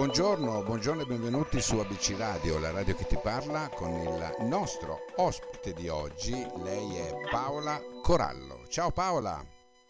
Buongiorno e benvenuti su ABC Radio, la radio che ti parla, con il nostro ospite di oggi. Lei è Paola Corallo. Ciao Paola.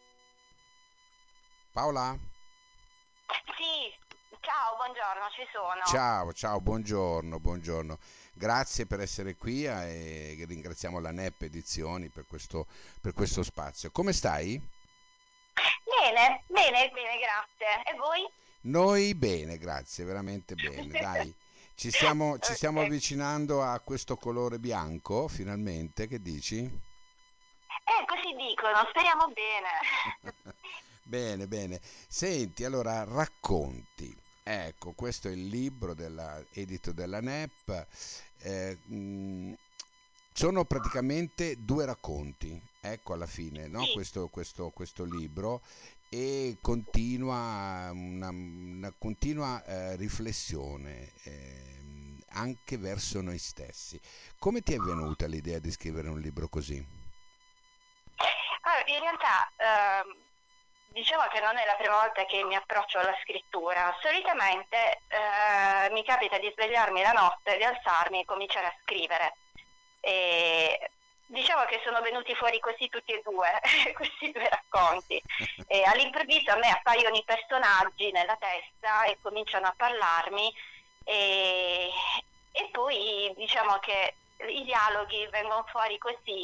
Paola? Sì, ciao, buongiorno, ci sono. Ciao, buongiorno. Grazie per essere qui e ringraziamo la NEP Edizioni per questo spazio. Come stai? Bene, grazie. E voi? Noi bene, grazie, veramente bene. Dai, ci stiamo Ok. avvicinando a questo colore bianco, finalmente, che dici? Così dicono, speriamo bene. Bene. Senti, allora racconti. Ecco, questo è il libro edito della NEP. Eh, mh, Sono praticamente due racconti, ecco alla fine, no? Sì, Questo libro e continua una continua riflessione anche verso noi stessi. Come ti è venuta l'idea di scrivere un libro così? allora, in realtà diciamo che non è la prima volta che mi approccio alla scrittura. Solitamente mi capita di svegliarmi la notte, di alzarmi e cominciare a scrivere. E diciamo che sono venuti fuori così tutti e due, questi due racconti. E all'improvviso a me appaiono i personaggi nella testa e cominciano a parlarmi e, e poi diciamo che i dialoghi vengono fuori così,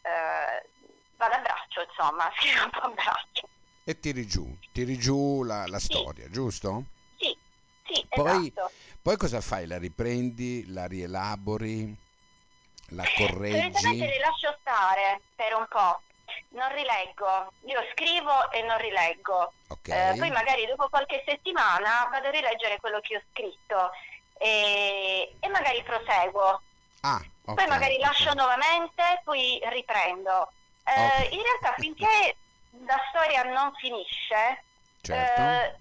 vado a braccio, insomma, scrivo un po' a braccio. E tiri giù la Sì, storia, giusto? sì, sì, Poi, esatto. poi cosa fai? La riprendi, la rielabori, la Solitamente correggi? le lascio stare per un po', non rileggo, io scrivo e non rileggo. Ok. Poi magari dopo qualche settimana vado a rileggere quello che ho scritto e magari proseguo. Ah, Poi ok, magari ok, lascio nuovamente, poi riprendo. ok. In realtà finché la storia non finisce, Certo. eh,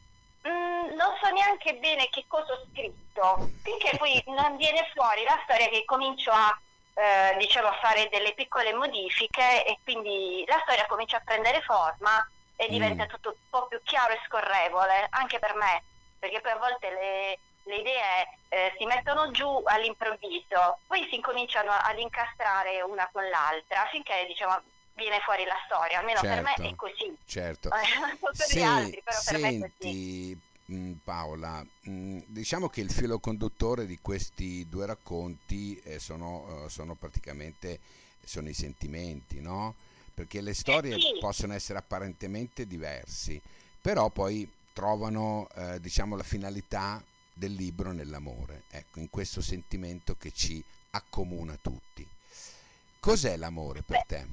non so neanche bene che cosa ho scritto, finché poi non viene fuori la storia che comincio a, diciamo, a fare delle piccole modifiche e quindi la storia comincia a prendere forma e diventa Mm, tutto un po' più chiaro e scorrevole, anche per me, perché poi a volte le idee si mettono giù all'improvviso, poi si incominciano ad incastrare una con l'altra finché diciamo, viene fuori la storia, almeno per me è certo, così. certo. Non so per gli altri, però per me è così. Senti, Paola, diciamo che il filo conduttore di questi due racconti sono praticamente sono i sentimenti, no? Perché le storie Sì, possono essere apparentemente diversi, però poi trovano, diciamo, la finalità del libro nell'amore, ecco, in questo sentimento che ci accomuna tutti. Cos'è l'amore per beh, te?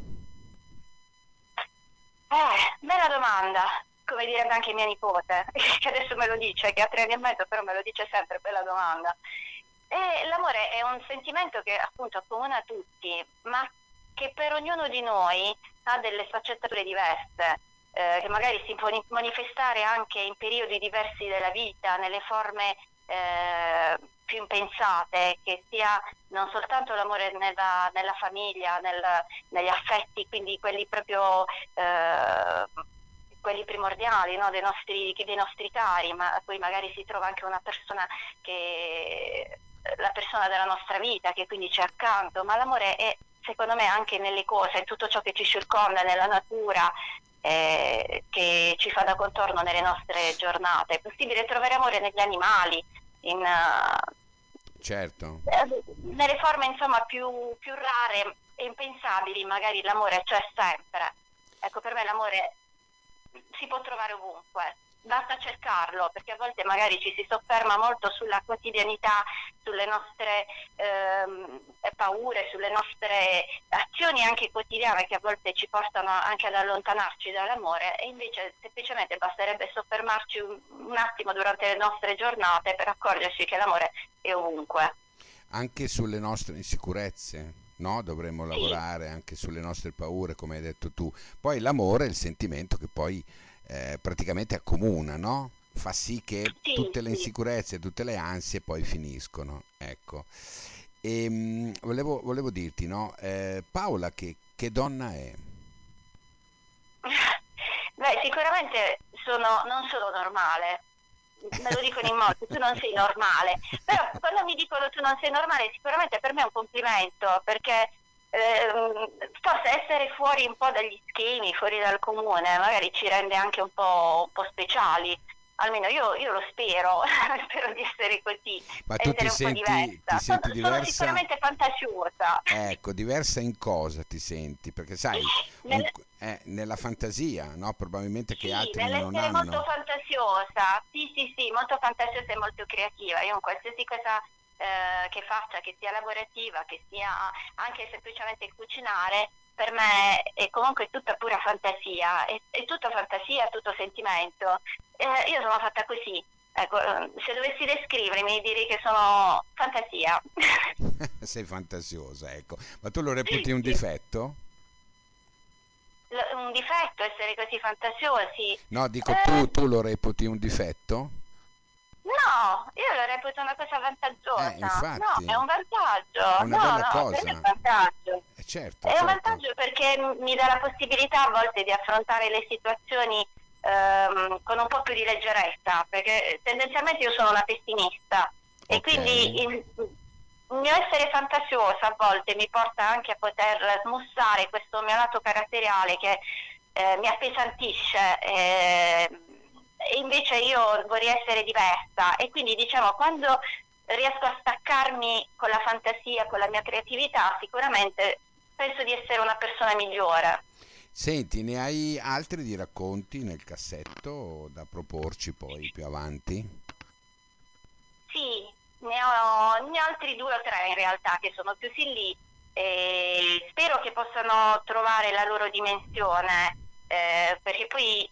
bella domanda, come direbbe anche mia nipote, che adesso me lo dice, che ha 3 anni e mezzo, però me lo dice sempre, bella domanda. E l'amore è un sentimento che appunto accomuna tutti, ma che per ognuno di noi ha delle sfaccettature diverse, che magari si può manifestare anche in periodi diversi della vita, nelle forme più impensate, che sia non soltanto l'amore nella famiglia, negli affetti, quindi quelli proprio eh, quelli primordiali, no? Dei nostri cari, ma poi magari si trova anche una persona che la persona della nostra vita che quindi c'è accanto, ma l'amore è secondo me anche nelle cose, in tutto ciò che ci circonda, nella natura, che ci fa da contorno nelle nostre giornate. È possibile trovare amore negli animali, in, Certo. nelle forme insomma più rare e impensabili, magari l'amore c'è sempre. Ecco, per me l'amore si può trovare ovunque, basta cercarlo, perché a volte magari ci si sofferma molto sulla quotidianità, sulle nostre paure, sulle nostre azioni anche quotidiane che a volte ci portano anche ad allontanarci dall'amore e invece semplicemente basterebbe soffermarci un attimo durante le nostre giornate per accorgersi che l'amore è ovunque. Anche sulle nostre insicurezze, no? Dovremmo Sì, lavorare anche sulle nostre paure, come hai detto tu. Poi l'amore è il sentimento che poi praticamente accomuna, no? Fa sì che sì, tutte le sì. insicurezze, tutte le ansie poi finiscono, ecco. Volevo dirti, no? Paola, che donna è? Beh, sicuramente non sono normale, me lo dicono in molti, tu non sei normale, però quando mi dicono tu non sei normale sicuramente per me è un complimento, perché forse essere fuori un po' dagli schemi, fuori dal comune, magari ci rende anche un po' speciali, almeno io lo spero, spero di essere così, Ma tu essere un po' ti diversa. senti Sono diversa? sicuramente fantasiosa. Ecco, diversa in cosa ti senti? Perché sai, un- Nel- nella fantasia, no? Probabilmente che Sì, altri non nell'essere molto hanno. fantasiosa, sì, sì, sì, molto fantasiosa e molto creativa. Io in qualsiasi cosa che faccia, che sia lavorativa, che sia anche semplicemente cucinare, per me è comunque tutta pura fantasia, è tutta fantasia, tutto sentimento. Io sono fatta così. Ecco, se dovessi descrivermi, direi che sono fantasia. Sei fantasiosa, ecco. Ma tu lo reputi un Sì. difetto? Un difetto essere così fantasiosi. No, dico Eh, tu lo reputi un difetto? No, io lo reputo una cosa vantaggiosa. No, è Infatti, un è vantaggio. una No, bella no, per me è un cosa. vantaggio. Certo, È un certo. vantaggio perché mi dà la possibilità a volte di affrontare le situazioni con un po' più di leggerezza, perché tendenzialmente io sono una pessimista e Ok. quindi il mio essere fantasiosa a volte mi porta anche a poter smussare questo mio lato caratteriale che mi appesantisce. E invece io vorrei essere diversa e quindi diciamo quando riesco a staccarmi con la fantasia, con la mia creatività, sicuramente penso di essere una persona migliore. Senti, ne hai altri di racconti nel cassetto da proporci poi più avanti? Sì, ne ho altri due o tre in realtà che sono chiusi lì e spero che possano trovare la loro dimensione, perché poi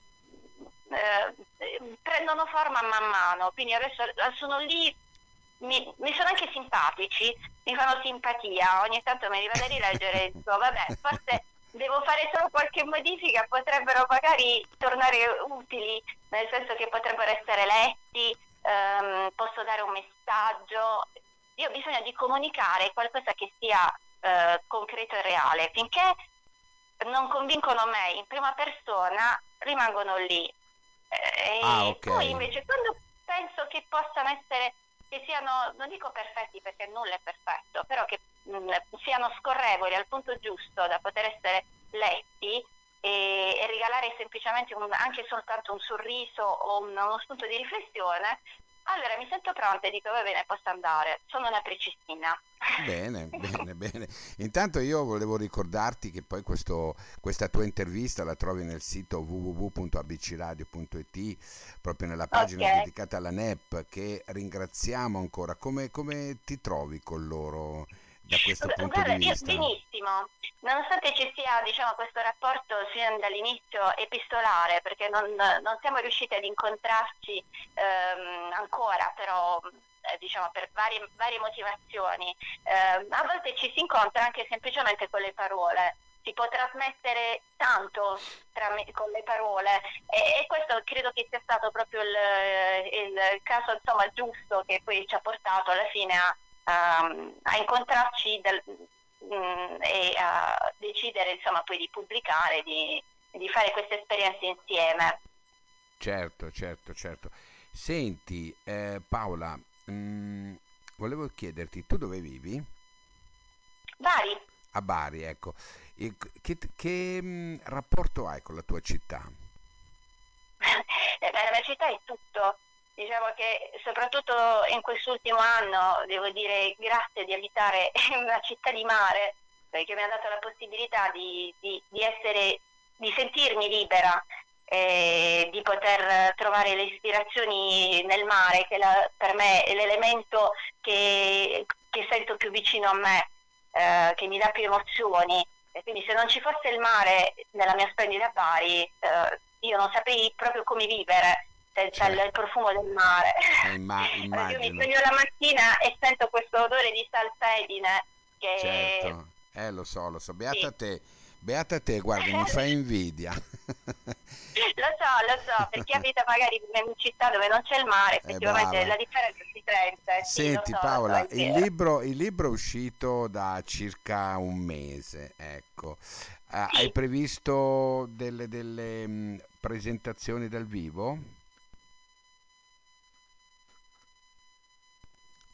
prendono forma man mano, quindi adesso sono lì, mi sono anche simpatici, mi fanno simpatia, ogni tanto me li vado a rileggere e dico, vabbè, forse devo fare solo qualche modifica, potrebbero magari tornare utili, nel senso che potrebbero essere letti, posso dare un messaggio. Io ho bisogno di comunicare qualcosa che sia concreto e reale. Finché non convincono me in prima persona, rimangono lì. Ah, E ok. poi invece quando penso che possano essere, che siano, non dico perfetti perché nulla è perfetto, però che siano scorrevoli al punto giusto da poter essere letti e regalare semplicemente anche soltanto un sorriso o uno spunto di riflessione, allora mi sento pronta e dico va bene, posso andare, sono una precisina. Bene, bene, bene. Intanto io volevo ricordarti che poi questa tua intervista la trovi nel sito www.abcradio.it, proprio nella Ok. pagina dedicata alla NEP, che ringraziamo ancora. Come ti trovi con loro da questo punto di Guarda, io vista? benissimo, nonostante ci sia diciamo, questo rapporto sin dall'inizio epistolare, perché non siamo riusciti ad incontrarci ancora, però diciamo, per varie motivazioni, a volte ci si incontra anche semplicemente con le parole. Si può trasmettere tanto con le parole e questo credo che sia stato proprio il caso insomma, giusto che poi ci ha portato alla fine a incontrarci e a decidere insomma poi di pubblicare, di fare queste esperienze insieme. Certo, certo, certo. Senti, Paola, volevo chiederti, tu dove vivi? Vari. A Bari, ecco. E che rapporto hai con la tua città? La mia città è tutto. Diciamo che soprattutto in quest'ultimo anno devo dire grazie di abitare in una città di mare, perché mi ha dato la possibilità di essere, di sentirmi libera e di poter trovare le ispirazioni nel mare, che per me è l'elemento che sento più vicino a me, che mi dà più emozioni. E quindi se non ci fosse il mare nella mia splendida Bari, io non saprei proprio come vivere senza Cioè, il profumo del mare. Io mi immagino. sveglio la mattina e sento questo odore di salsedine che Certo, lo so, sì. beata te, guarda, mi fai invidia. Lo so, per chi abita magari in città dove non c'è il mare, effettivamente Brava. la differenza si sente. Sì, Senti lo so, Paola, è vero. il libro è uscito da circa un mese, ecco. Hai Sì, previsto delle presentazioni dal vivo?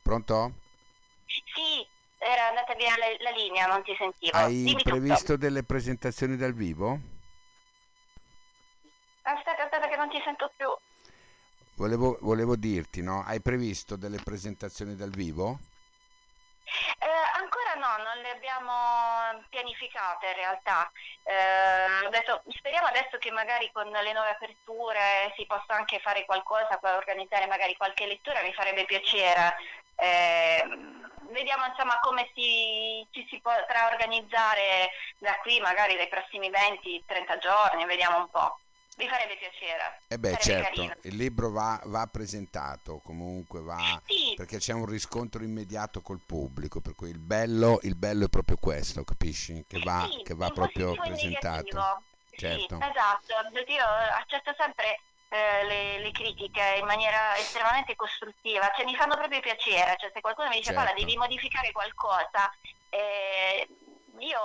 Pronto? Sì, era andata via la linea, non ti sentivo. Hai Dimmi tutto. previsto delle presentazioni dal vivo? Aspetta, aspetta che non ti sento più. Volevo dirti, no? Hai previsto delle presentazioni dal vivo? Ancora no, non le abbiamo pianificate in realtà. Ho detto, speriamo adesso che magari con le nuove aperture si possa anche fare qualcosa, poi organizzare magari qualche lettura, mi farebbe piacere. Vediamo insomma come ci si potrà organizzare da qui, magari dai prossimi 20-30 giorni, vediamo un po'. Mi farebbe piacere, Eh beh, sarebbe certo, carino. il libro va presentato, comunque va, Sì, perché c'è un riscontro immediato col pubblico, per cui il bello è proprio questo, capisci? sì, Che va in proprio positivo e in presentato. negativo. Sì, Certo, esatto. Io accetto sempre le critiche in maniera estremamente costruttiva, cioè mi fanno proprio piacere. Cioè, se qualcuno mi dice Paola, certo, devi modificare qualcosa, eh, io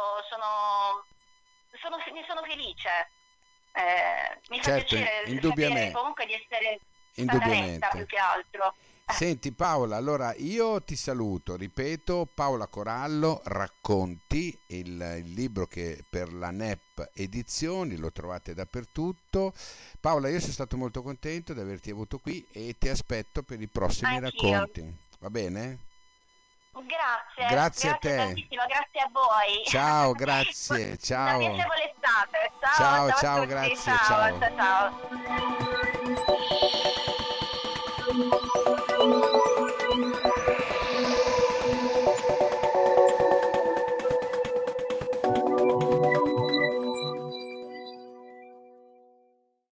ne sono felice. Mi fa certo, piacere sapere comunque di essere stata letta più indubbiamente. che altro. Senti Paola, allora io ti saluto, ripeto, Paola Corallo, Racconti, il libro che per la NEP Edizioni lo trovate dappertutto. Paola, io sono stato molto contento di averti avuto qui e ti aspetto per i prossimi Anch'io. racconti, va bene? Grazie, Grazie a grazie te, tantissimo, grazie a voi. ciao, grazie, Una ciao, piacevole estate. Ciao, ciao, ciao a ciao, tutti. grazie, Ciao, ciao. ciao, ciao.